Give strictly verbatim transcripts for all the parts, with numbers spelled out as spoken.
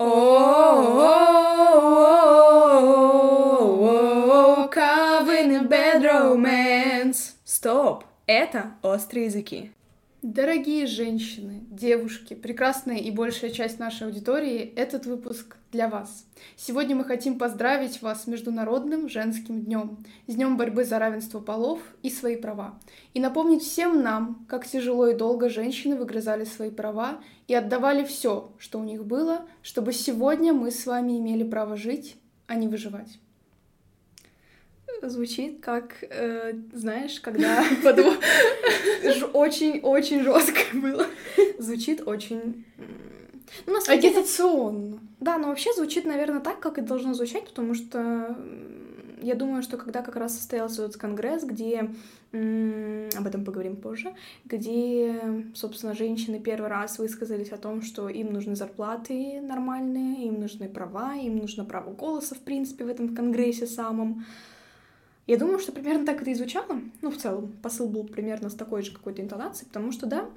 Oh, Carve in a bad romance. Стоп, это острые языки. Дорогие женщины, девушки, прекрасная и большая часть нашей аудитории, этот выпуск для вас. Сегодня мы хотим поздравить вас с Международным женским днем, с Днем борьбы за равенство полов и свои права. И напомнить всем нам, как тяжело и долго женщины выгрызали свои права и отдавали все, что у них было, чтобы сегодня мы с вами имели право жить, а не выживать. Звучит как, э, знаешь, когда очень-очень жестко было. Звучит очень... Ну, агитационно. Да, но вообще звучит, наверное, так, как и должно звучать, потому что я думаю, что когда как раз состоялся этот конгресс, где, об этом поговорим позже, где, собственно, женщины первый раз высказались о том, что им нужны зарплаты нормальные, им нужны права, им нужно право голоса, в принципе, в этом конгрессе самом. Я думаю, что примерно так это и звучало. Ну, в целом, посыл был примерно с такой же какой-то интонацией, потому что, да,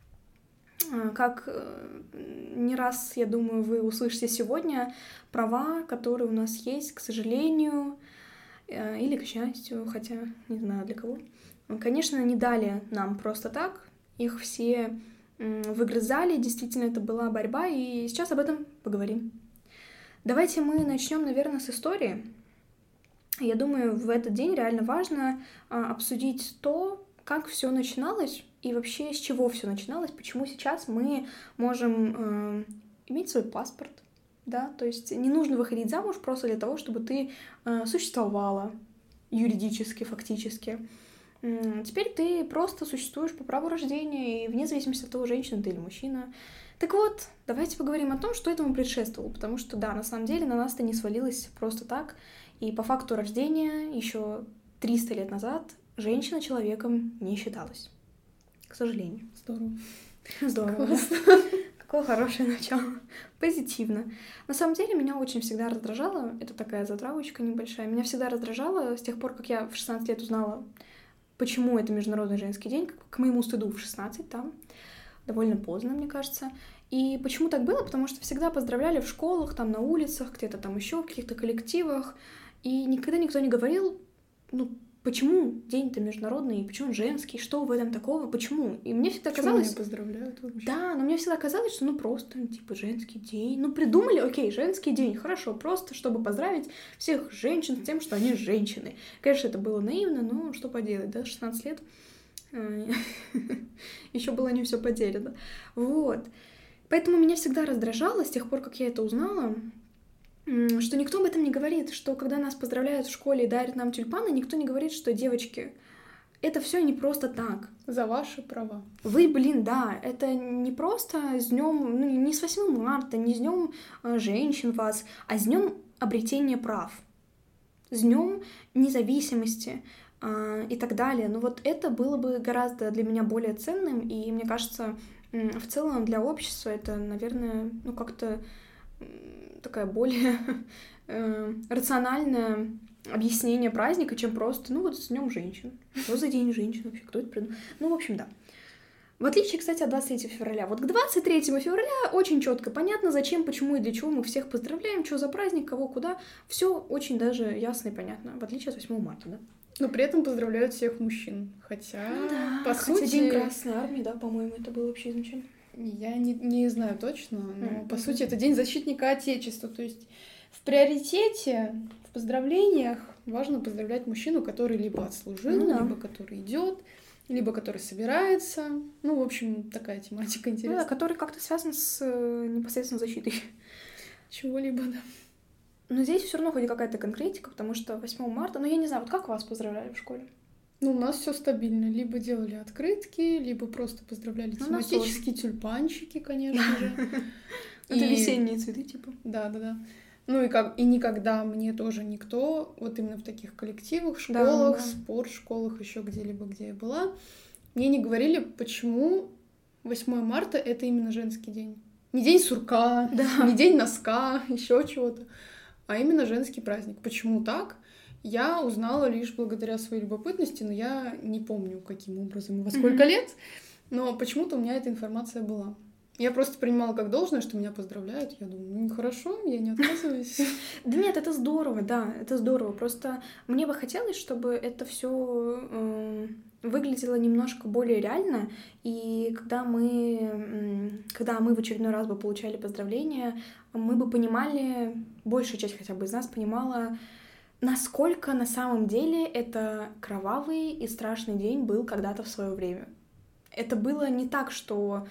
как не раз, я думаю, вы услышите сегодня, права, которые у нас есть, к сожалению, или к счастью, хотя не знаю для кого, конечно, не дали нам просто так, их все выгрызали, действительно, это была борьба, и сейчас об этом поговорим. Давайте мы начнем, наверное, с истории. Я думаю, в этот день реально важно а, обсудить то, как все начиналось и вообще с чего все начиналось, почему сейчас мы можем э, иметь свой паспорт, да, то есть не нужно выходить замуж просто для того, чтобы ты э, существовала юридически, фактически. Э, теперь ты просто существуешь по праву рождения, и вне зависимости от того, женщина ты или мужчина. Так вот, давайте поговорим о том, что этому предшествовало, потому что, да, на самом деле на нас это не свалилось просто так. И по факту рождения еще триста лет назад женщина человеком не считалась. К сожалению. Здорово. Здорово. Какое хорошее начало. Позитивно. На самом деле меня очень всегда раздражало, это такая затравочка небольшая, меня всегда раздражало с тех пор, как я в шестнадцать лет узнала, почему это Международный женский день, к моему стыду в шестнадцать, там, довольно поздно, мне кажется. И почему так было? Потому что всегда поздравляли в школах, там, на улицах, где-то там еще в каких-то коллективах. И никогда никто не говорил, ну, почему день-то международный, почему он женский, что в этом такого, почему? И мне всегда почему казалось... Почему поздравляют вообще? Да, но мне всегда казалось, что ну просто, типа, женский день. Ну, придумали, окей, женский день, хорошо, просто чтобы поздравить всех женщин с тем, что они женщины. Конечно, это было наивно, но что поделать, да, шестнадцать лет. Еще было не все потеряно. Вот. Поэтому меня всегда раздражало с тех пор, как я это узнала, что никто об этом не говорит, что когда нас поздравляют в школе и дарят нам тюльпаны, никто не говорит, что, девочки, это все не просто так. За ваши права. Вы, блин, да, это не просто с днем, ну, не с восьмого марта, не с днем женщин вас, а с днем обретения прав, с днем независимости э, и так далее. Но вот это было бы гораздо для меня более ценным, и мне кажется, в целом для общества это, наверное, ну как-то такая более э, рациональное объяснение праздника, чем просто, ну вот с днем женщин. Что за день женщин вообще? Кто это придумал? Ну, в общем, да. В отличие, кстати, от двадцать третьего февраля. Вот к двадцать третьему февраля очень четко понятно, зачем, почему и для чего мы всех поздравляем, что за праздник, кого, куда. Все очень даже ясно и понятно, в отличие от восьмого марта, да. Но при этом поздравляют всех мужчин. Хотя, да, по хотя сути... День Красной Армии, да, по-моему, это было вообще изначально. Я не, не знаю точно, но, mm-hmm. по сути, это День защитника Отечества. То есть в приоритете, в поздравлениях важно поздравлять мужчину, который либо отслужил, mm-hmm. либо который идет, либо который собирается. Ну, в общем, такая тематика интересная. Ну, да, который как-то связан с непосредственно защитой. Чего-либо, да. Но здесь все равно хоть какая-то конкретика, потому что восьмого марта, ну, я не знаю, вот как вас поздравляли в школе? Ну, у нас все стабильно. Либо делали открытки, либо просто поздравляли ну, тематические тюльпанчики, конечно же. Это весенние цветы, типа. Да, да, да. Ну и как и никогда мне тоже никто, вот именно в таких коллективах, школах, да, да. спортшколах, еще где-либо, где я была, мне не говорили, почему восьмое марта это именно женский день. Не день сурка, да. не день носка, еще чего-то, а именно женский праздник. Почему так? Я узнала лишь благодаря своей любопытности, но я не помню, каким образом и во сколько mm-hmm. лет, но почему-то у меня эта информация была. Я просто принимала как должное, что меня поздравляют. Я думаю, ну хорошо, я не отказываюсь. Да нет, это здорово, да, это здорово. Просто мне бы хотелось, чтобы это все выглядело немножко более реально. И когда мы, когда мы в очередной раз бы получали поздравления, мы бы понимали, большая часть хотя бы из нас понимала, насколько на самом деле это кровавый и страшный день был когда-то в свое время. Это было не так, что,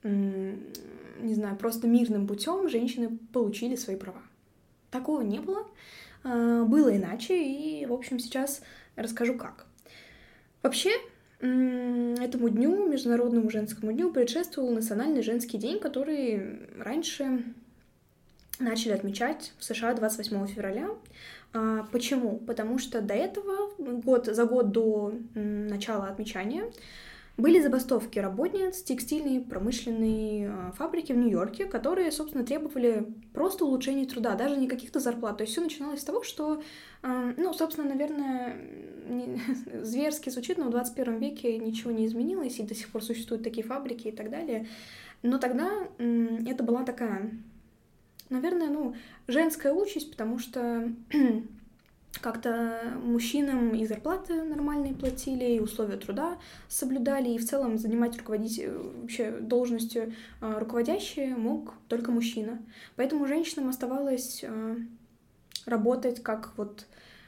не знаю, просто мирным путем женщины получили свои права. Такого не было. Было иначе, и, в общем, сейчас расскажу как. Вообще, этому дню, Международному женскому дню, предшествовал Национальный женский день, который раньше начали отмечать в США двадцать восьмого февраля. Почему? Потому что до этого, год, за год до начала отмечания, были забастовки работниц текстильной промышленной фабрики в Нью-Йорке, которые, собственно, требовали просто улучшения труда, даже не каких-то зарплат. То есть все начиналось с того, что, ну, собственно, наверное, не, зверски звучит, но в двадцать первом веке ничего не изменилось, и до сих пор существуют такие фабрики и так далее. Но тогда это была такая, наверное, ну, женская участь, потому что как-то мужчинам и зарплаты нормальные платили, и условия труда соблюдали, и в целом занимать руководитель, вообще должностью руководящей мог только мужчина. Поэтому женщинам оставалось работать как вот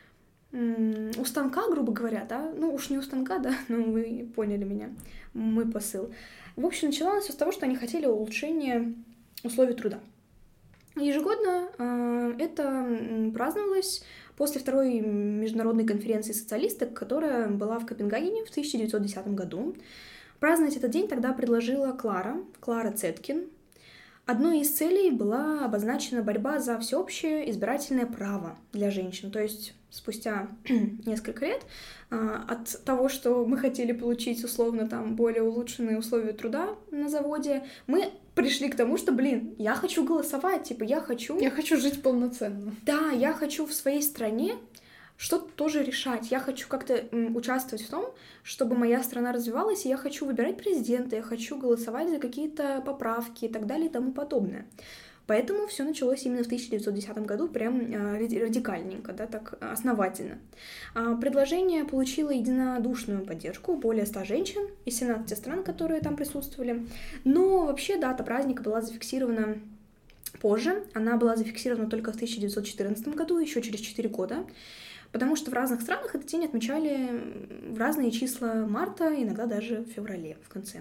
у станка, грубо говоря, да, ну уж не у станка, да, но вы поняли меня, мой посыл. В общем, начиналось все с того, что они хотели улучшения условий труда. Ежегодно э, это праздновалось после второй международной конференции социалисток, которая была в Копенгагене в тысяча девятьсот десятом году. Праздновать этот день тогда предложила Клара, Клара Цеткин. Одной из целей была обозначена борьба за всеобщее избирательное право для женщин. То есть спустя несколько лет э, от того, что мы хотели получить условно там более улучшенные условия труда на заводе, мы пришли к тому, что, блин, я хочу голосовать, типа, я хочу... Я хочу жить полноценно. Да, я хочу в своей стране что-то тоже решать. Я хочу как-то м, участвовать в том, чтобы моя страна развивалась, и я хочу выбирать президента, я хочу голосовать за какие-то поправки и так далее и тому подобное. Поэтому все началось именно в тысяча девятьсот десятом году, прям э, радикальненько, да, так основательно. А предложение получило единодушную поддержку более ста женщин из семнадцати стран, которые там присутствовали. Но вообще дата праздника была зафиксирована позже. Она была зафиксирована только в тысяча девятьсот четырнадцатом году, еще через четыре года. Потому что в разных странах этот день отмечали в разные числа марта, иногда даже в феврале в конце.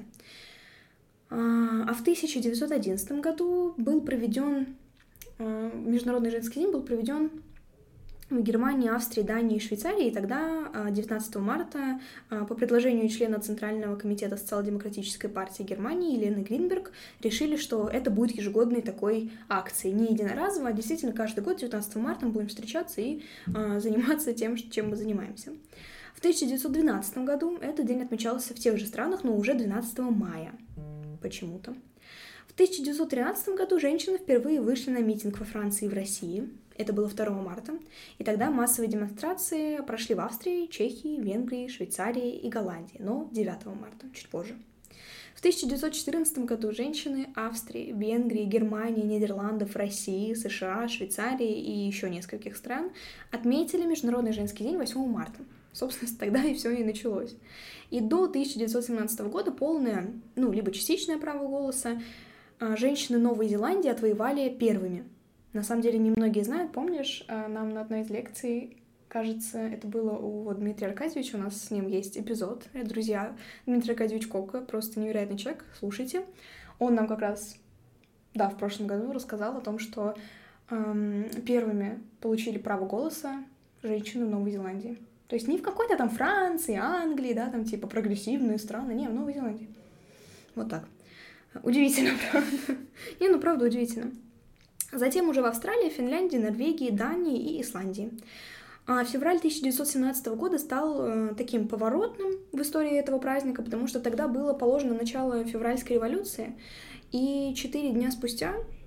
А в тысяча девятьсот одиннадцатом году был проведен, Международный женский день был проведен в Германии, Австрии, Дании и Швейцарии, и тогда, девятнадцатого марта, по предложению члена Центрального комитета социал-демократической партии Германии Елены Гринберг, решили, что это будет ежегодной такой акцией, не единоразово, а действительно каждый год девятнадцатого марта мы будем встречаться и заниматься тем, чем мы занимаемся. В тысяча девятьсот двенадцатом году этот день отмечался в тех же странах, но уже двенадцатого мая почему-то. В тысяча девятьсот тринадцатом году женщины впервые вышли на митинг во Франции и в России. Это было второго марта. И тогда массовые демонстрации прошли в Австрии, Чехии, Венгрии, Швейцарии и Голландии, но девятого марта, чуть позже. В тысяча девятьсот четырнадцатом году женщины Австрии, Венгрии, Германии, Нидерландов, России, США, Швейцарии и еще нескольких стран отметили Международный женский день восьмого марта. Собственно, тогда и все и началось. И до тысяча девятьсот семнадцатого года полное, ну, либо частичное право голоса женщины Новой Зеландии отвоевали первыми. На самом деле, немногие знают, помнишь, нам на одной из лекций, кажется, это было у вот, Дмитрия Аркадьевича, у нас с ним есть эпизод, друзья, Дмитрий Аркадьевич Кока, просто невероятный человек, слушайте. Он нам как раз, да, в прошлом году рассказал о том, что эм, первыми получили право голоса женщины в Новой Зеландии. То есть не в какой-то там Франции, Англии, да, там типа прогрессивные страны, не, в Новой Зеландии. Вот так. Удивительно, правда. Не, ну правда удивительно. Затем уже в Австралии, Финляндии, Норвегии, Дании и Исландии. А февраль тысяча девятьсот семнадцатого года стал э, таким поворотным в истории этого праздника, потому что тогда было положено начало февральской революции, и четыре дня спустя,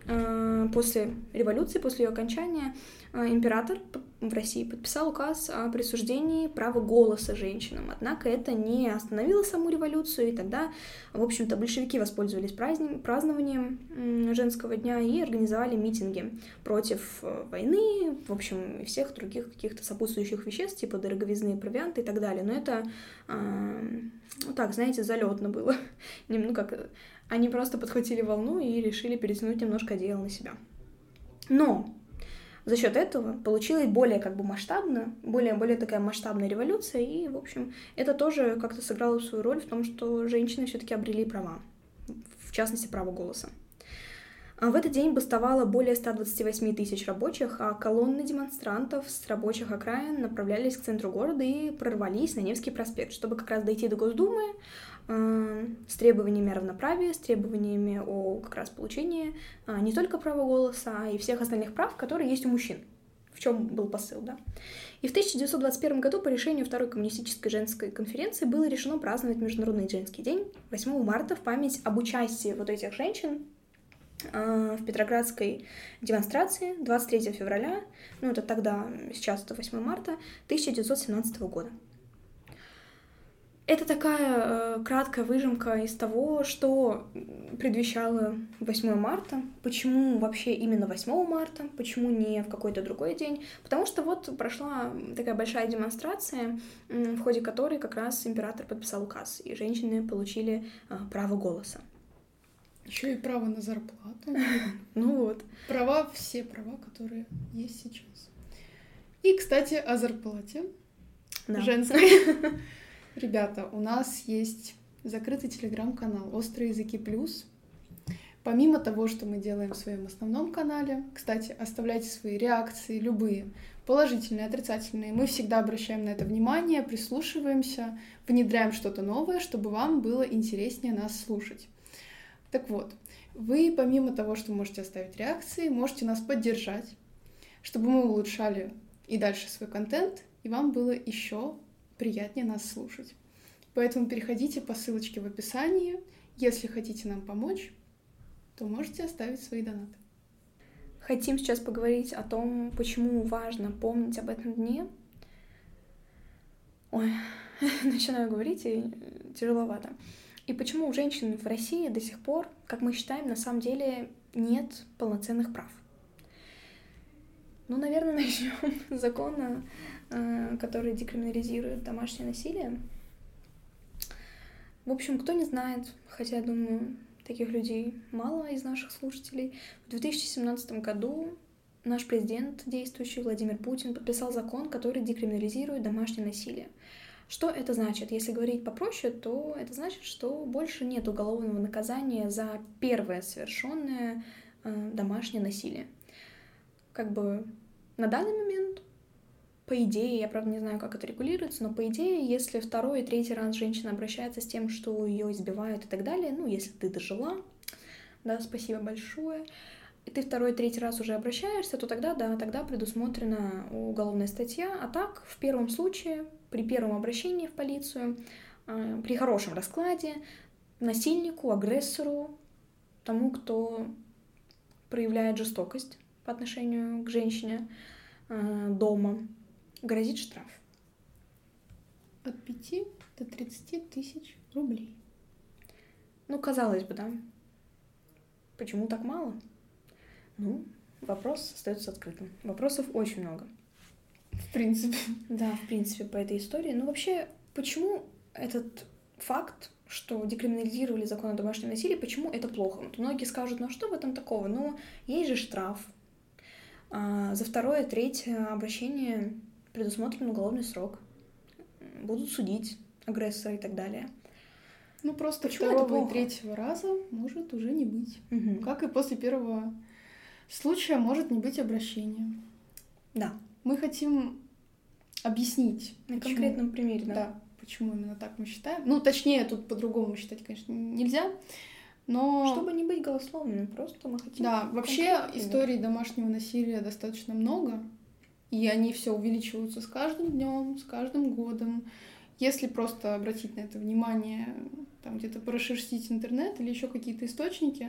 после революции, после ее окончания, император в России подписал указ о присуждении права голоса женщинам. Однако это не остановило саму революцию, и тогда, в общем-то, большевики воспользовались праздник, празднованием женского дня и организовали митинги против войны, в общем, и всех других каких-то сопутствующих веществ, типа дороговизны, провианта и так далее. Но это, ну так, знаете, залетно было. Ну как, они просто подхватили волну и решили перетянуть немножко одеяло на себя. Но за счет этого получилась более как бы масштабная, более, более такая масштабная революция, и, в общем, это тоже как-то сыграло свою роль в том, что женщины все-таки обрели права, в частности, право голоса. В этот день бастовало более ста двадцати восьми тысяч рабочих, а колонны демонстрантов с рабочих окраин направлялись к центру города и прорвались на Невский проспект, чтобы как раз дойти до Госдумы э, с требованиями о равноправии, с требованиями о как раз получении э, не только права голоса, а и всех остальных прав, которые есть у мужчин. В чем был посыл, да? И в тысяча девятьсот двадцать первом году по решению Второй коммунистической женской конференции было решено праздновать Международный женский день восьмого марта в память об участии вот этих женщин в Петроградской демонстрации двадцать третьего февраля, ну это тогда, сейчас это восьмого марта тысяча девятьсот семнадцатого года. Это такая э, краткая выжимка из того, что предвещало восьмое марта, почему вообще именно восьмого марта, почему не в какой-то другой день, потому что вот прошла такая большая демонстрация, в ходе которой как раз император подписал указ, и женщины получили э, право голоса. Еще и право на зарплату. Ну вот. Права, все права, которые есть сейчас. И, кстати, о зарплате. Да. Женской. Ребята, у нас есть закрытый телеграм-канал «Острые языки плюс». Помимо того, что мы делаем в своем основном канале, кстати, оставляйте свои реакции, любые, положительные, отрицательные. Мы всегда обращаем на это внимание, прислушиваемся, внедряем что-то новое, чтобы вам было интереснее нас слушать. Так вот, вы помимо того, что можете оставить реакции, можете нас поддержать, чтобы мы улучшали и дальше свой контент, и вам было еще приятнее нас слушать. Поэтому переходите по ссылочке в описании. Если хотите нам помочь, то можете оставить свои донаты. Хотим сейчас поговорить о том, почему важно помнить об этом дне. Ой, начинаю говорить, и тяжеловато. И почему у женщин в России до сих пор, как мы считаем, на самом деле нет полноценных прав? Ну, наверное, начнем с закона, который декриминализирует домашнее насилие. В общем, кто не знает, хотя, думаю, таких людей мало из наших слушателей, в две тысячи семнадцатом году наш президент, действующий Владимир Путин, подписал закон, который декриминализирует домашнее насилие. Что это значит? Если говорить попроще, то это значит, что больше нет уголовного наказания за первое совершенное э, домашнее насилие. Как бы на данный момент, по идее, я, правда, не знаю, как это регулируется, но по идее, если второй и третий раз женщина обращается с тем, что ее избивают и так далее, ну, если ты дожила, да, спасибо большое, и ты второй и третий раз уже обращаешься, то тогда, да, тогда предусмотрена уголовная статья, а так, в первом случае, при первом обращении в полицию, э, при хорошем раскладе, насильнику, агрессору, тому, кто проявляет жестокость по отношению к женщине э, дома, грозит штраф. От пяти до тридцати тысяч рублей. Ну, казалось бы, да. Почему так мало? Ну, вопрос остается открытым. Вопросов очень много. В принципе. Да, в принципе, по этой истории. Ну, вообще, почему этот факт, что декриминализировали закон о домашнем насилии, почему это плохо? Вот многие скажут, ну а что в этом такого? Ну, есть же штраф. А за второе, третье обращение предусмотрен уголовный срок. Будут судить агрессора и так далее. Ну, просто почему второго и третьего раза может уже не быть. Угу. Как и после первого случая может не быть обращения. Да. Мы хотим объяснить. На почему... конкретном примере, да. Да, почему именно так мы считаем. Ну, точнее, тут по-другому считать, конечно, нельзя, но... Чтобы не быть голословными, просто мы хотим... Да, вообще историй домашнего насилия достаточно много, и они все увеличиваются с каждым днем, с каждым годом. Если просто обратить на это внимание, там где-то прошерстить интернет или еще какие-то источники,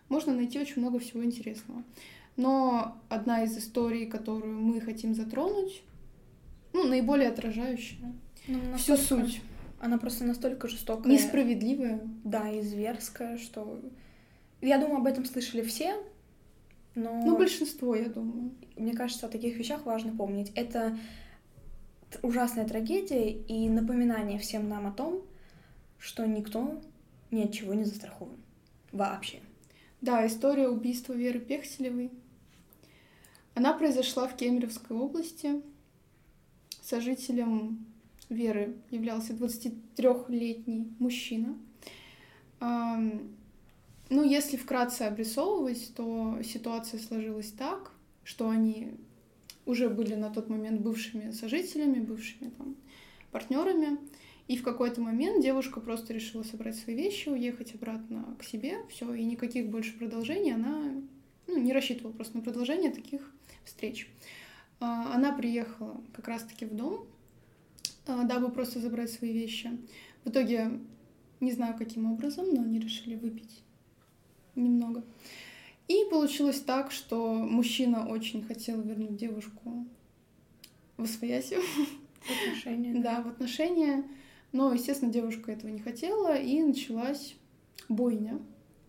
можно найти очень много всего интересного. Но одна из историй, которую мы хотим затронуть, ну, наиболее отражающая Ну, всю настолько- суть, Она просто настолько жестокая. несправедливая. Да, и зверская, что... Я думаю, об этом слышали все, но... Ну, большинство, я думаю. Мне кажется, о таких вещах важно помнить. Это т- ужасная трагедия и напоминание всем нам о том, что никто ни от чего не застрахован. Вообще. Да, история убийства Веры Пехселевой. Она произошла в Кемеровской области. Сожителем Веры являлся двадцатитрёхлетний мужчина. Ам, Ну, если вкратце обрисовывать, то ситуация сложилась так, что они уже были на тот момент бывшими сожителями, бывшими там партнерами. И в какой-то момент девушка просто решила собрать свои вещи, уехать обратно к себе. Все, и никаких больше продолжений она ну, не рассчитывала просто на продолжение таких встреч. А, Она приехала как раз-таки в дом, а, дабы просто забрать свои вещи. В итоге, не знаю каким образом, но они решили выпить немного. И получилось так, что мужчина очень хотел вернуть девушку восвояси. Отношения. Да, в отношения. Но, естественно, девушка этого не хотела, и началась бойня.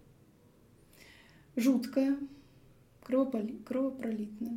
Жуткая, кровополи- кровопролитная.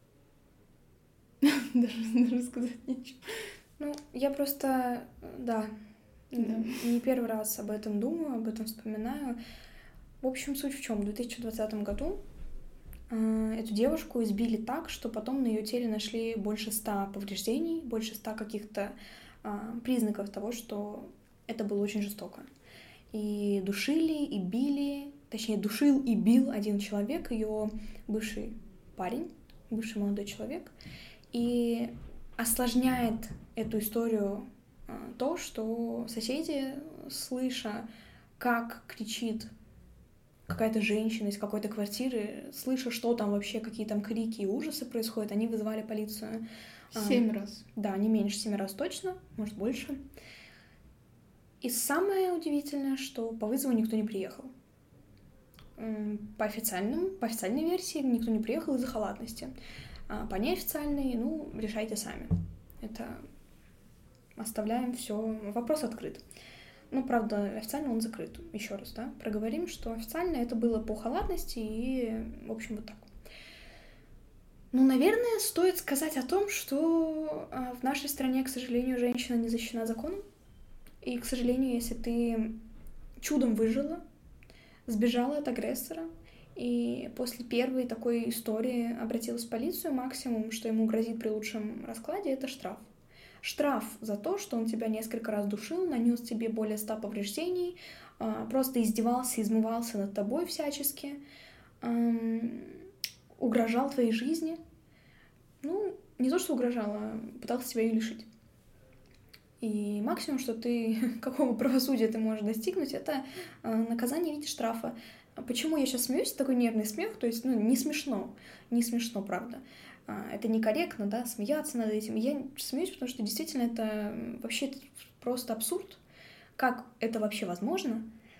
Даже, даже сказать нечего. Ну, я просто, да, Да. не первый раз об этом думаю, об этом вспоминаю. В общем, суть в чем? В две тысячи двадцатом году э, эту девушку избили так, что потом на ее теле нашли больше ста повреждений, больше ста каких-то э, признаков того, что это было очень жестоко. И душили, и били, точнее, душил и бил один человек, ее бывший парень, бывший молодой человек. И осложняет эту историю э, то, что соседи, слыша, как кричит какая-то женщина из какой-то квартиры, слыша, что там вообще, какие там крики и ужасы происходят, они вызвали полицию. Семь раз. Да, не меньше семи раз точно, может больше. И самое удивительное, что по вызову никто не приехал. М, По официальным, по официальной версии никто не приехал из-за халатности. А по неофициальной, ну, решайте сами. Это оставляем все. Вопрос открыт. Ну, правда, официально он закрыт. Еще раз, да, проговорим, что официально это было по халатности и, в общем, вот так. Ну, наверное, стоит сказать о том, что а, в нашей стране, к сожалению, женщина не защищена законом. И, к сожалению, если ты чудом выжила, сбежала от агрессора, и после первой такой истории обратилась в полицию, максимум, что ему грозит при лучшем раскладе, это штраф. Штраф за то, что он тебя несколько раз душил, нанес тебе более ста повреждений, просто издевался, измывался над тобой всячески, угрожал твоей жизни. Ну, не то, что угрожал, а пытался тебя ее лишить. И максимум, что ты, какого правосудия ты можешь достигнуть, это наказание в виде штрафа. Почему я сейчас смеюсь? Такой нервный смех, то есть, ну, не смешно, не смешно, правда. Это некорректно, да, смеяться над этим. Я смеюсь, потому что действительно это вообще просто абсурд. Как это вообще возможно?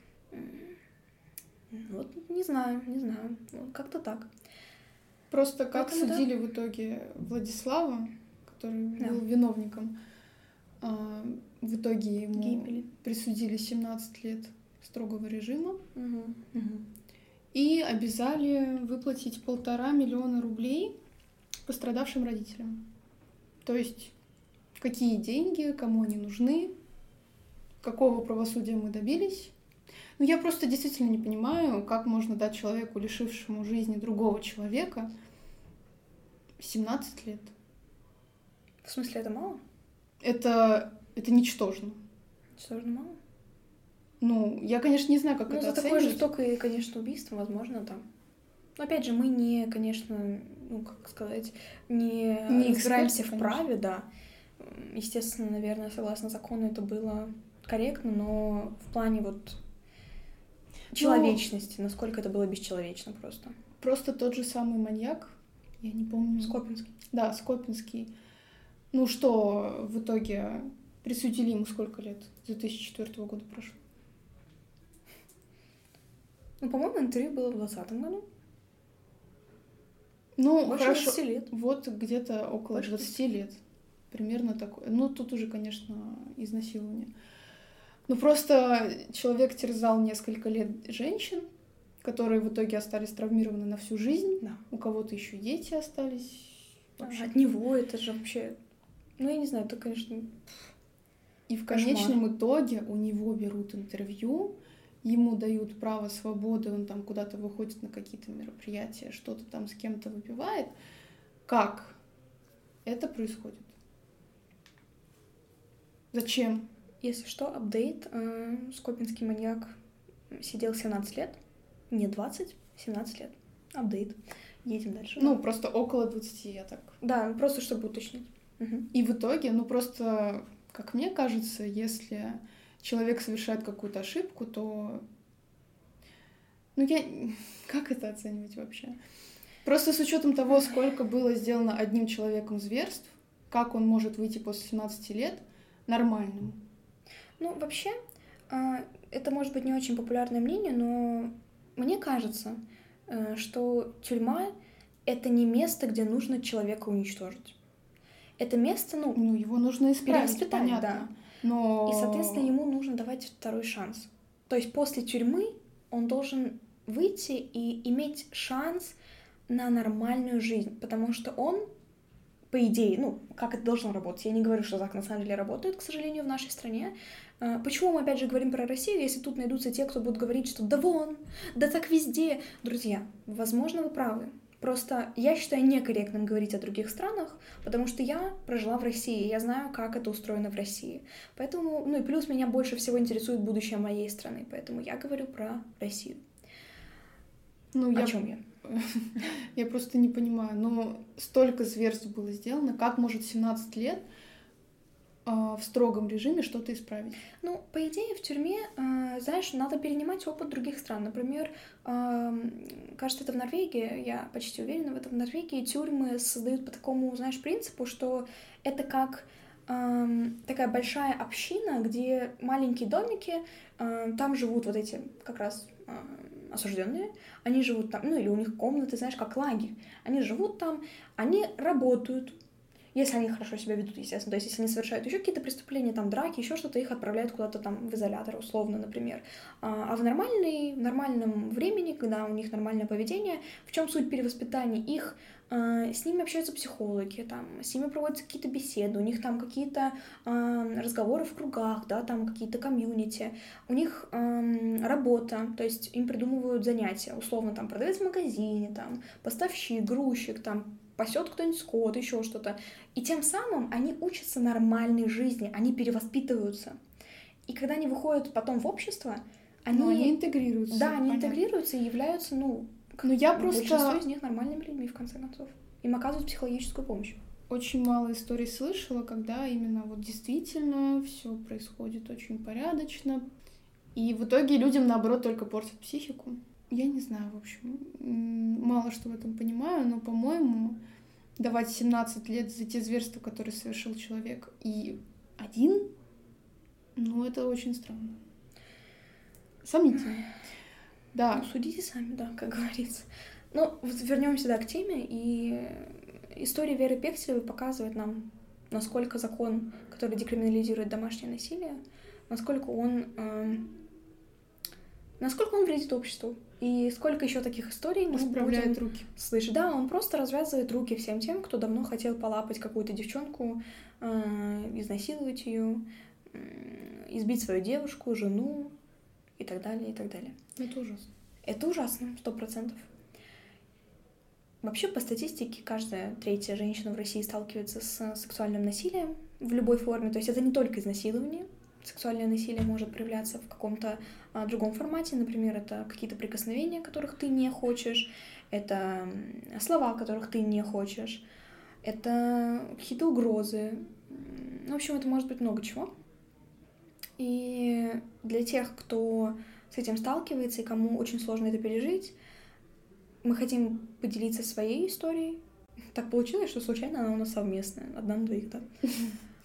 Вот не знаю, не знаю, вот как-то так. Просто как Поэтому, судили в итоге Владислава, который Да. был виновником, а, в итоге ему Гибели. присудили семнадцать лет строгого режима Угу, угу. и обязали выплатить полтора миллиона рублей пострадавшим родителям. То есть какие деньги, кому они нужны, какого правосудия мы добились. Ну, я просто действительно не понимаю, как можно дать человеку, лишившему жизни другого человека, семнадцать лет. В смысле, это мало? Это, это ничтожно. Сложно мало? Ну, я, конечно, не знаю, как Ну, это за такое оценивать. жестокое, конечно, убийство, возможно, там. Но опять же, мы не, конечно, ну, как сказать, не, Не разбираемся эксперты, в праве, да. Естественно, наверное, согласно закону это было корректно, но в плане вот человечности, насколько это было бесчеловечно просто. Просто тот же самый маньяк, я не помню. Скопинский. Да, Скопинский. Ну что, в итоге присудили ему сколько лет? С две тысячи четвёртого года прошло. Ну, по-моему, интервью было в двадцатом году. Ну, Больше хорошо. двадцати лет. Вот где-то около Больше двадцати лет. Примерно такое. Ну, тут уже, конечно, изнасилование. Ну, просто человек терзал несколько лет женщин, которые в итоге остались травмированы на всю жизнь. Да. У кого-то еще дети остались. Вообще. От него это же вообще... Ну, я не знаю, это, конечно... И в кошмар. конечном итоге у него берут интервью, ему дают право свободы, он там куда-то выходит на какие-то мероприятия, что-то там с кем-то выпивает. Как это происходит? Зачем? Если что, апдейт. Э, Скопинский маньяк сидел семнадцать лет. Не двадцать, семнадцать лет. Апдейт. Едем дальше. Ну, да. просто около двадцати, я так. Да, просто чтобы уточнить. Угу. И в итоге, ну просто, как мне кажется, если человек совершает какую-то ошибку, то... Ну, я... Как это оценивать вообще? Просто с учетом того, сколько было сделано одним человеком зверств, как он может выйти после семнадцати лет нормальным? Ну, вообще, это может быть не очень популярное мнение, но мне кажется, что тюрьма — это не место, где нужно человека уничтожить. Это место, ну... Ну, его нужно исправить, понятно. Да. Но... И, соответственно, ему нужно давать второй шанс. То есть после тюрьмы он должен выйти и иметь шанс на нормальную жизнь, потому что он, по идее, ну, как это должно работать, я не говорю, что так на самом деле работает, к сожалению, в нашей стране. Почему мы, опять же, говорим про Россию, если тут найдутся те, кто будут говорить, что да вон, да так везде. Друзья, возможно, вы правы. Просто я считаю некорректным говорить о других странах, потому что я прожила в России, я знаю, как это устроено в России. Поэтому, ну и плюс меня больше всего интересует будущее моей страны, поэтому я говорю про Россию. Ну, о я... чем я? Я просто не понимаю, но столько зверств было сделано, как может семнадцать лет э, в строгом режиме что-то исправить? Ну, по идее, в тюрьме, э, знаешь, надо перенимать опыт других стран. Например, э, кажется, это в Норвегии, я почти уверена в этом, в Норвегии тюрьмы создают по такому, знаешь, принципу, что это как э, такая большая община, где маленькие домики, э, там живут вот эти как раз... Э, осужденные, они живут там, ну или у них комнаты, знаешь, как лагерь. Они живут там, они работают, если они хорошо себя ведут, естественно. То есть, если они совершают еще какие-то преступления, там, драки, еще что-то, их отправляют куда-то там в изолятор, условно, например. А, а в, нормальной, в нормальном времени, когда у них нормальное поведение, в чем суть перевоспитания? Их а, с ними общаются психологи, там, с ними проводятся какие-то беседы, у них там какие-то а, разговоры в кругах, да, там какие-то комьюнити, у них а, работа, то есть им придумывают занятия, условно, там, продавец в магазине, там, поставщик, грузчик, там, пасет кто-нибудь скот, еще что-то. И тем самым они учатся нормальной жизни, они перевоспитываются. И когда они выходят потом в общество, они... Ну, они интегрируются. Да, они понятно. интегрируются и являются, ну, Но я большинство просто... из них нормальными людьми, в конце концов. Им оказывают психологическую помощь. Очень мало историй слышала, когда именно вот действительно все происходит очень порядочно. И в итоге людям, наоборот, только портят психику. Я не знаю, в общем, мало что в этом понимаю, но, по-моему, давать семнадцать лет за те зверства, которые совершил человек, и один, ну, это очень странно. Сомнительно. Да. Ну, судите сами, да, как говорится. Ну, вот вернемся, да, к теме, и история Веры Пехтелевой показывает нам, насколько закон, который декриминализирует домашнее насилие, насколько он... Э, насколько он вредит обществу. И сколько еще таких историй мы Расправляет будем руки. слышать. Да, он просто развязывает руки всем тем, кто давно хотел полапать какую-то девчонку, э, изнасиловать ее, э, избить свою девушку, жену и так далее, и так далее. Это ужасно. Это ужасно, сто процентов. Вообще, по статистике, каждая третья женщина в России сталкивается с сексуальным насилием в любой форме. То есть это не только изнасилование. Сексуальное насилие может проявляться в каком-то а, другом формате. Например, это какие-то прикосновения, которых ты не хочешь, это слова, которых ты не хочешь, это какие-то угрозы. В общем, это может быть много чего. И для тех, кто с этим сталкивается и кому очень сложно это пережить, мы хотим поделиться своей историей. Так получилось, что случайно она у нас совместная, одна на двоих, да.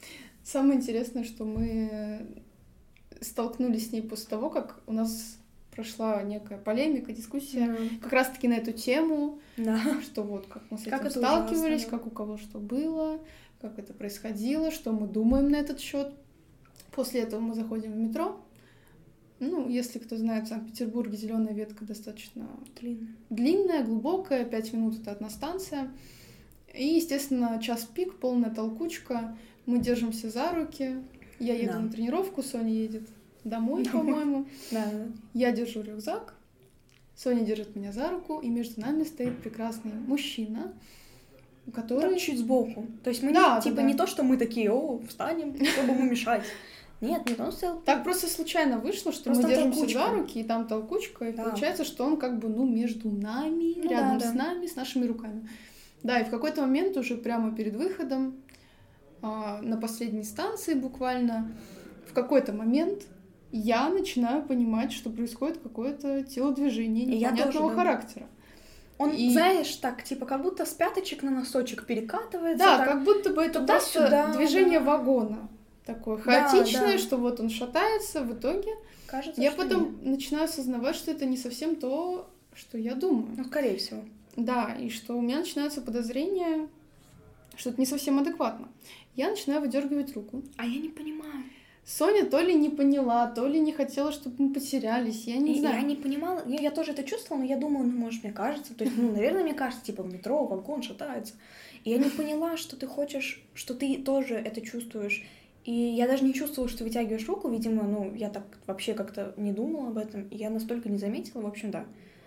Самое интересное, что мы столкнулись с ней после того, как у нас прошла некая полемика, дискуссия Да. как раз-таки на эту тему, Да. что вот как мы с Как этим это сталкивались, ужасно, да. как у кого что было, как это происходило, что мы думаем на этот счет. После этого мы заходим в метро. Ну, если кто знает, в Санкт-Петербурге зеленая ветка достаточно Длинно. длинная, глубокая, пять минут это одна станция. И, естественно, час пик, полная толкучка. Мы держимся за руки. Я еду Да. на тренировку, Соня едет домой, Домой. по-моему. Да, да. Я держу рюкзак, Соня держит меня за руку, и между нами стоит прекрасный мужчина, который... Так, чуть сбоку. То есть мы Да, не, типа да. не то, что мы такие, о, встанем, чтобы ему мешать. Нет, нет, он стоял. Так просто случайно вышло, что Просто мы там держимся толкучка. за руки, и там толкучка, и Да. получается, что он как бы, ну, между нами, Ну рядом да, с да. нами, с нашими руками. Да, и в какой-то момент уже прямо перед выходом, а, на последней станции буквально, в какой-то момент я начинаю понимать, что происходит какое-то телодвижение И я непонятного тоже, да. характера. Он, И- знаешь, так, типа, как будто с пяточек на носочек перекатывается. Да, так. как будто бы это туда-сюда, просто движение да. вагона. Такое Да, хаотичное, да. что вот он шатается, в итоге Кажется, я что потом нет. начинаю осознавать, что это не совсем то, что я думаю. Ну, скорее всего. Да, и что у меня начинается подозрение, что это не совсем адекватно. Я начинаю выдергивать руку. А я не понимаю. Соня то ли не поняла, то ли не хотела, чтобы мы потерялись, я не И знаю. Я не понимала, я, я тоже это чувствовала, но я думаю, ну, может, мне кажется, то есть, ну, наверное, мне кажется, типа, в метро вагон шатается. И я не поняла, что ты хочешь, что ты тоже это чувствуешь. И я даже не чувствовала, что вытягиваешь руку, видимо, ну, я так вообще как-то не думала об этом, и я настолько не заметила, в общем, да.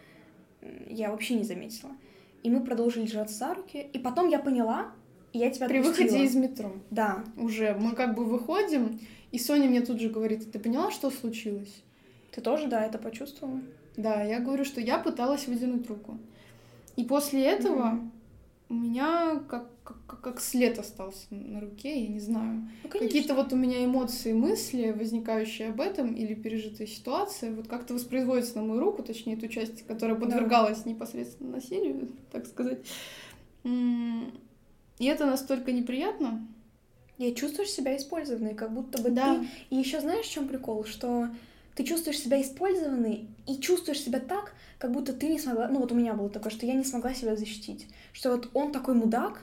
Я вообще не заметила. И мы продолжили держаться за руки, и потом я поняла, и я тебя При отпустила. выходе из метро Да. уже мы как бы выходим, и Соня мне тут же говорит: ты поняла, что случилось? Ты тоже, да, это почувствовала? Да, я говорю, что я пыталась выдернуть руку. И после этого Мгм. у меня как, как, как след остался на руке, я не знаю. Ну, конечно. Какие-то вот у меня эмоции, мысли, возникающие об этом, или пережитые ситуации, вот как-то воспроизводятся на мою руку, точнее, ту часть, которая подвергалась непосредственно насилию, так сказать. М, И это настолько неприятно. И чувствуешь себя использованной, как будто бы Да. ты... И еще знаешь, в чем прикол? Что ты чувствуешь себя использованной и чувствуешь себя так, как будто ты не смогла... Ну вот у меня было такое, что я не смогла себя защитить. Что вот он такой мудак,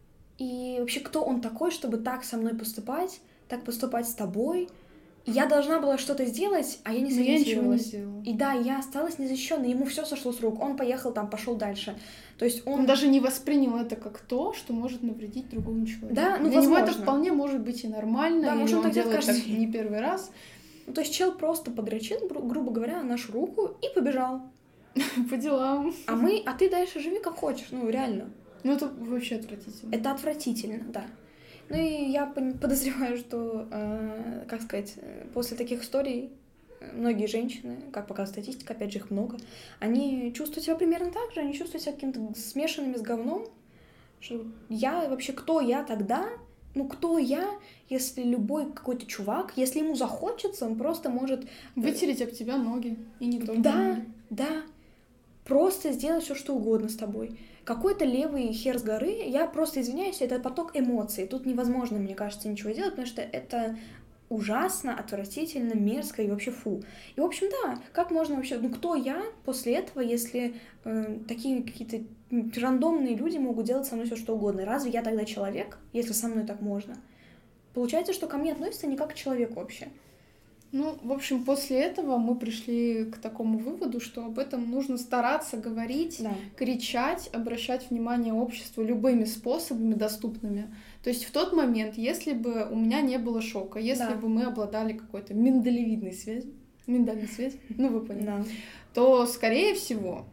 и вообще кто он такой, чтобы так со мной поступать, так поступать с тобой? И я должна была что-то сделать, а я не Но я ничего не сориентировалась. сделала. И да, я осталась незащищенной, ему все сошло с рук. Он поехал там, пошел дальше. То есть он... Он даже не воспринял это как то, что может навредить другому человеку. Да, ну, Для него это возможно. вполне может быть и нормально, Да, или может, он он так делает делает каждый так день. не первый раз. Ну, то есть чел просто подрочил, гру- грубо говоря, на нашу руку и побежал. По делам. А мы, а ты дальше живи как хочешь, ну реально. Ну, это вообще отвратительно. Это отвратительно, да. Ну и я пон- подозреваю, что, э, как сказать, э, после таких историй э, многие женщины, как показывает статистика, опять же их много, они чувствуют себя примерно так же, они чувствуют себя каким-то смешанными с говном. Что я вообще, кто я тогда? Ну, кто я, если любой какой-то чувак, если ему захочется, он просто может... э, Вытереть об тебя ноги. И не только Да, ноги. да. Просто сделать все, что угодно с тобой. Какой-то левый хер с горы, я просто извиняюсь, это поток эмоций. Тут невозможно, мне кажется, ничего делать, потому что это ужасно, отвратительно, мерзко и вообще фу. И, в общем, да, как можно вообще... Ну, кто я после этого, если э, такие какие-то рандомные люди могут делать со мной все, что угодно? Разве я тогда человек, если со мной так можно? Получается, что ко мне относятся не как к человеку вообще. Ну, в общем, после этого мы пришли к такому выводу, что об этом нужно стараться говорить, Да. кричать, обращать внимание обществу любыми способами доступными. То есть в тот момент, если бы у меня не было шока, если Да. бы мы обладали какой-то миндалевидной связью, миндальной связью, ну вы поняли, Да. то, скорее всего,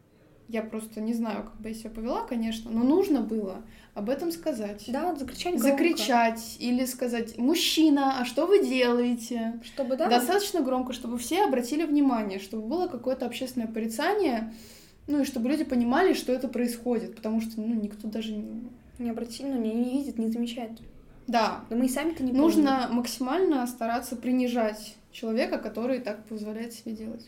я просто не знаю, как бы я себя повела, конечно, но нужно было об этом сказать. Да, закричать громко. Закричать или сказать: мужчина, а что вы делаете? Чтобы, да, Достаточно громко, чтобы все обратили внимание, чтобы было какое-то общественное порицание, ну и чтобы люди понимали, что это происходит, потому что, ну, никто даже не... не обратили, ну, не, не видит, не замечает. Да, Да мы и сами-то не помним. нужно максимально стараться принижать человека, который так позволяет себе делать.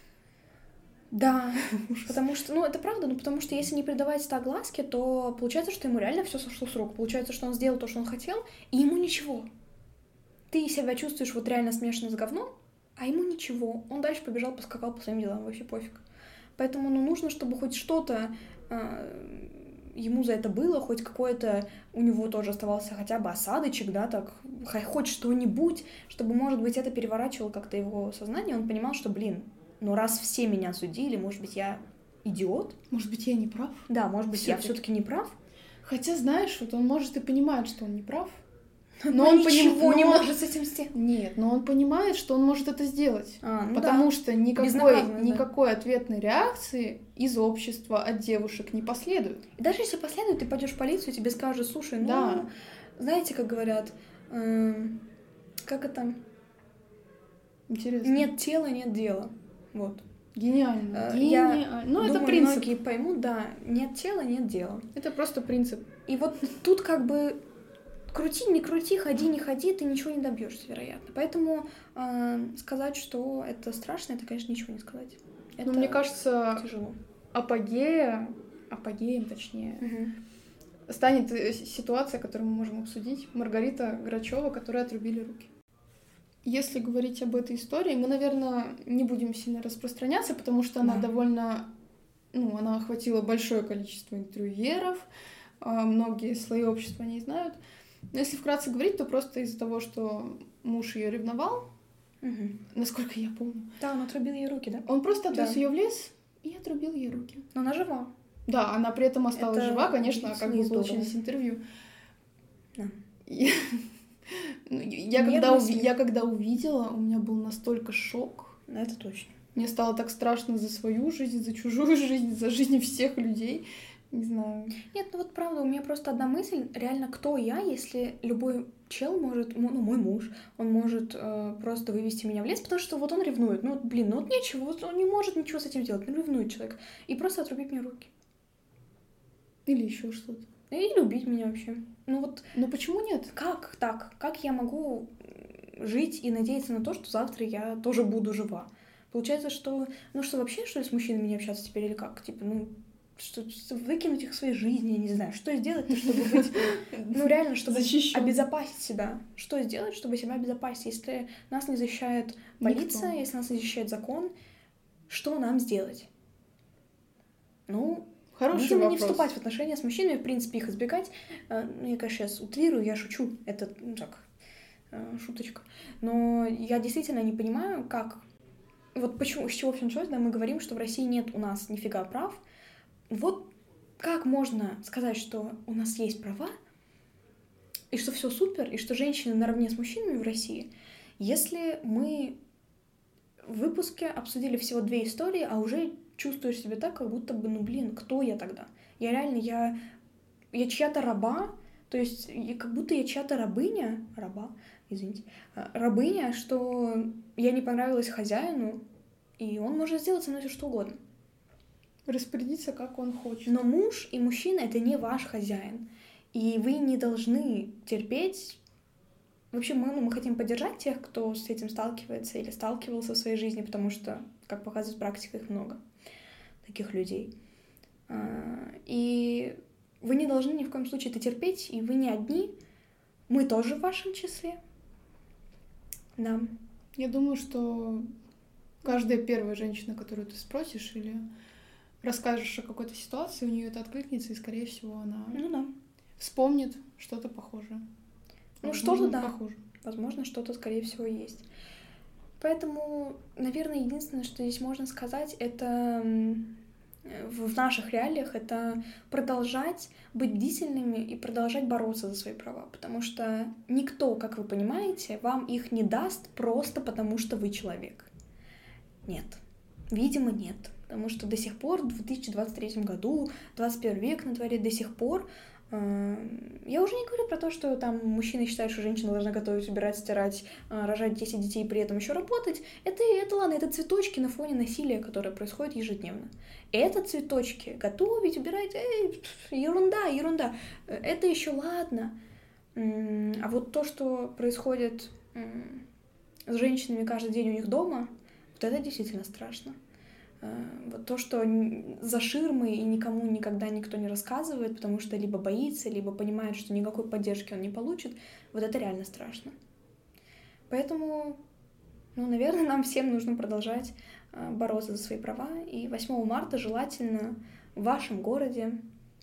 Да, потому что, ну, это правда, ну, потому что если не придавать это огласке, то получается, что ему реально все сошло с рук. Получается, что он сделал то, что он хотел, и ему ничего. Ты себя чувствуешь вот реально смешанно с говном, А ему ничего. Он дальше побежал, поскакал по своим делам, вообще пофиг. Поэтому ну, нужно, чтобы хоть что-то э, ему за это было, хоть какое-то у него тоже оставался хотя бы осадочек, да, так, хоть что-нибудь, чтобы, может быть, это переворачивало как-то его сознание, он понимал, что, блин, ну раз все меня судили, может быть, я идиот? Может быть, я не прав? Да, может быть, Всё-таки. я все-таки не прав? Хотя, знаешь, вот он может и понимает, что он не прав, но, но он ничего поним... не но... может с этим сделать. Нет, но он понимает, что он может это сделать. А, ну потому да. что никакой, Безнаказанность, да. никакой ответной реакции из общества от девушек не последует. И даже если последует, ты пойдешь в полицию, тебе скажут, слушай, ну, Да. знаете, как говорят, эм, как это? Интересно. Нет тела, нет дела. Вот. Гениально. Э, Гениально. Я Ну, это думаю, принцип. многие поймут, да, нет тела, нет дела. Это просто принцип. И вот тут как бы крути, не крути, ходи, не ходи, ты ничего не добьешься, вероятно. Поэтому э, сказать, что это страшно, это, конечно, ничего не сказать. Это Но мне кажется, тяжело. апогея, апогеем, точнее, Угу. станет ситуация, которую мы можем обсудить. Маргарита Грачева, которой отрубили руки. Если говорить об этой истории, мы, наверное, не будем сильно распространяться, потому что она Да. довольно... Ну, она охватила большое количество интервьюеров, многие слои общества не знают. Но если вкратце говорить, то просто из-за того, что муж ее ревновал, Угу. насколько я помню, Да, он отрубил ей руки, да? он просто отвез Да. ее в лес и отрубил ей руки. Но она жива. Да, она при этом осталась Это жива, конечно, удивительно как и бы здорово. получились интервью. Да. Я, ну, я, Нервный когда, уви- смех. я когда увидела, у меня был настолько шок. Это точно. Мне стало так страшно за свою жизнь, за чужую жизнь, за жизнь всех людей. Не знаю. Нет, ну вот правда, у меня просто одна мысль. Реально, кто я, если любой чел может, ну, мой муж, он может э, просто вывести меня в лес, потому что вот он ревнует. Ну, вот, блин, ну вот нечего, вот он не может ничего с этим сделать, ну ревнует человек. И просто отрубить мне руки. Или еще что-то. И любить меня вообще. Ну вот Но почему нет? как так? Как я могу жить и надеяться на то, что завтра я тоже буду жива? Получается, что... Ну что, вообще, что ли, с мужчинами не общаться теперь или как? Типа, ну, что, что выкинуть их из своей жизни, я не знаю. Что сделать, чтобы быть... Ну, реально, чтобы Защищён. обезопасить себя. Что сделать, чтобы себя обезопасить? Если нас не защищает полиция, Никто. если нас не защищает закон, что нам сделать? Ну, Хороший видимо, вопрос. не вступать в отношения с мужчинами, в принципе, их избегать. Э, Ну, я, конечно, сейчас утрирую, я шучу. Это, ну, так, э, шуточка. Но я действительно не понимаю, как... Вот почему, с чего все началось, да, мы говорим, что в России нет у нас нифига прав. Вот как можно сказать, что у нас есть права, и что все супер, и что женщины наравне с мужчинами в России, если мы в выпуске обсудили всего две истории, а уже чувствуешь себя так, как будто бы, ну блин, кто я тогда? Я реально, я, я чья-то раба, то есть я, как будто я чья-то рабыня, раба, извините, рабыня, что я не понравилась хозяину, и он может сделать со мной все что угодно. Распорядиться, как он хочет. Но муж и мужчина — это не ваш хозяин. И вы не должны терпеть... Вообще, мы, ну, мы хотим поддержать тех, кто с этим сталкивается или сталкивался в своей жизни, потому что, как показывает практика, их много, таких людей. И вы не должны ни в коем случае это терпеть, и вы не одни. Мы тоже в вашем числе. Да. Я думаю, что каждая первая женщина, которую ты спросишь или расскажешь о какой-то ситуации, у нее это откликнется, и, скорее всего, она Ну да. вспомнит что-то похожее. Ну, Возможно, что-то да. похоже. Возможно, что-то, скорее всего, есть. Поэтому, наверное, единственное, что здесь можно сказать, это в наших реалиях, это продолжать быть бдительными и продолжать бороться за свои права, потому что никто, как вы понимаете, вам их не даст просто потому, что вы человек. Нет. Видимо, нет. Потому что до сих пор, в две тысячи двадцать третьем году, двадцать первый век на дворе, до сих пор я уже не говорю про то, что там мужчины считают, что женщина должна готовить, убирать, стирать, рожать десять детей и при этом еще работать. Это, это ладно, это цветочки на фоне насилия, которое происходит ежедневно. Это цветочки. Готовить, убирать, эй, ерунда, ерунда. Это еще ладно. А вот то, что происходит с женщинами каждый день у них дома, вот это действительно страшно. Вот то, что за ширмой и никому никогда никто не рассказывает, потому что либо боится, либо понимает, что никакой поддержки он не получит, вот это реально страшно. Поэтому Ну, наверное, нам всем нужно продолжать бороться за свои права. И восьмого марта желательно в вашем городе.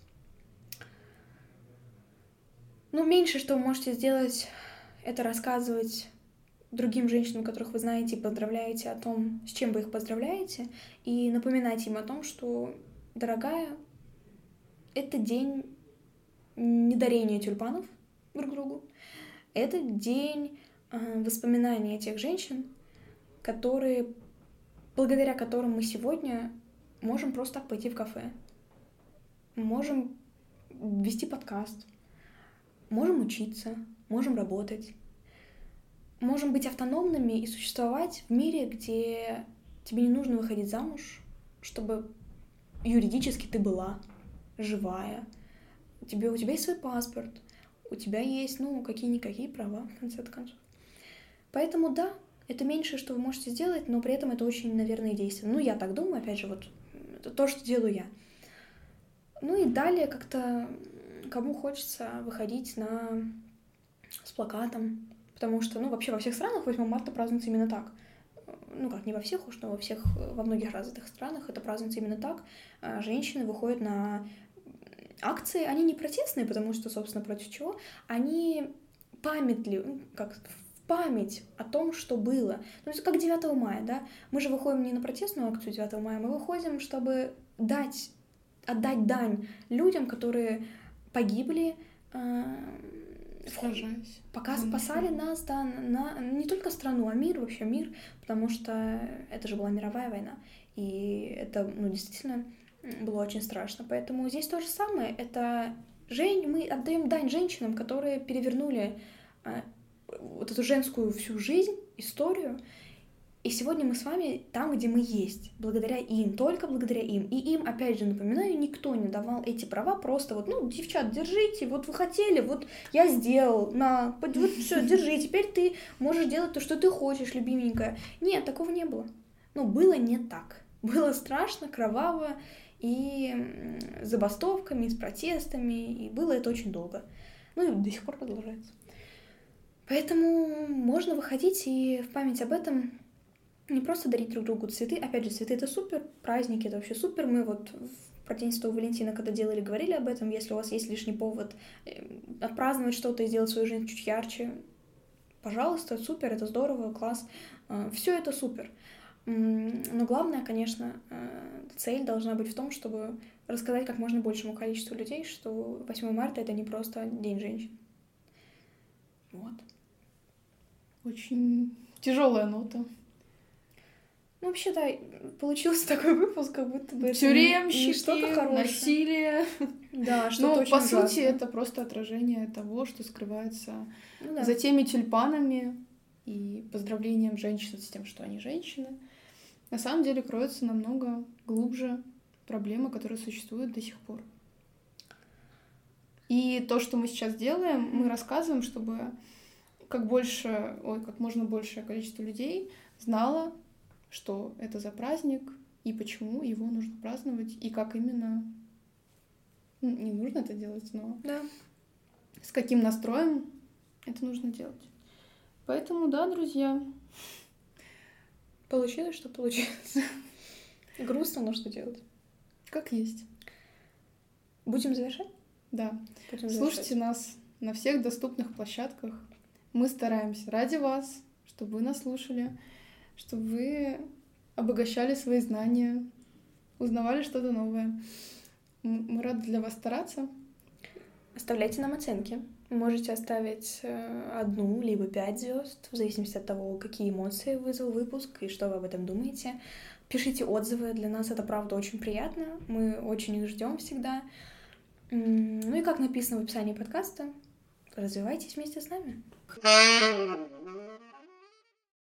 Ну, меньше, что вы можете сделать, это рассказывать другим женщинам, которых вы знаете и поздравляете, о том, с чем вы их поздравляете, и напоминать им о том, что, дорогая, это день не дарения тюльпанов друг другу, это день э, воспоминания тех женщин, которые, благодаря которым мы сегодня можем просто так пойти в кафе, можем вести подкаст, можем учиться, можем работать, можем быть автономными и существовать в мире, где тебе не нужно выходить замуж, чтобы юридически ты была живая. У тебя, у тебя есть свой паспорт, у тебя есть, ну, какие-никакие права, в конце концов. Поэтому, да, это меньшее, что вы можете сделать, но при этом это очень, наверное, действенно. Ну, я так думаю, опять же, вот это то, что делаю я. Ну и далее как-то кому хочется выходить на... с плакатом, потому что, ну, вообще во всех странах восьмого марта празднуется именно так. Ну, как не во всех уж, но во всех, во многих развитых странах это празднуется именно так. Женщины выходят на акции, они не протестные, потому что, собственно, против чего? Они памятли, как в память о том, что было. Ну, как девятого мая, да? Мы же выходим не на протестную акцию девятого мая, мы выходим, чтобы дать, отдать дань людям, которые погибли, сражаясь. Пока спасали нас, да, на, не только страну, а мир, вообще мир, потому что это же была мировая война, и это, ну, действительно было очень страшно. Поэтому здесь то же самое, это жень, мы отдаем дань женщинам, которые перевернули а, вот эту женскую всю жизнь, историю, и сегодня мы с вами там, где мы есть, благодаря им, только благодаря им. И им, опять же, напоминаю, никто не давал эти права просто вот, ну, девчат, держите, вот вы хотели, вот я сделал, на, вот все, держи, теперь ты можешь делать то, что ты хочешь, любименькая. Нет, такого не было. Ну, было не так. Было страшно, кроваво, и с забастовками, и с протестами, и было это очень долго. Ну, и до сих пор продолжается. Поэтому можно выходить и в память об этом не просто дарить друг другу цветы. Опять же, цветы — это супер, праздники — это вообще супер. Мы вот про День Святого Валентина, когда делали, говорили об этом. Если у вас есть лишний повод отпраздновать что-то и сделать свою жизнь чуть ярче, пожалуйста, супер, это здорово, класс. Все это супер. Но главное, конечно, цель должна быть в том, чтобы рассказать как можно большему количеству людей, что восьмого марта — это не просто День женщин. Вот. Очень тяжелая нота. Ну, вообще, да, получился такой выпуск, как будто бы тюремщики, что-то хорошее. Насилие. Да, что-то Но, очень по ужасное. сути, это просто отражение того, что скрывается ну, да. за теми тюльпанами и поздравлением женщин с тем, что они женщины. На самом деле кроется намного глубже проблема, которая существует до сих пор. И то, что мы сейчас делаем, мы рассказываем, чтобы как больше, ой, как можно большее количество людей знало, что это за праздник и почему его нужно праздновать, и как именно... Ну, не нужно это делать, но да. с каким настроем это нужно делать. Поэтому, да, друзья. Получилось, что получилось. Грустно, но что делать? Как есть. Будем завершать? Да. Будем Слушайте завершать. нас на всех доступных площадках. Мы стараемся ради вас, чтобы вы нас слушали, чтобы вы обогащали свои знания, узнавали что-то новое. Мы рады для вас стараться. Оставляйте нам оценки. Вы можете оставить одну, либо пять звезд, в зависимости от того, какие эмоции вызвал выпуск и что вы об этом думаете. Пишите отзывы, для нас это, правда, очень приятно. Мы очень их ждем всегда. Ну и как написано в описании подкаста, развивайтесь вместе с нами.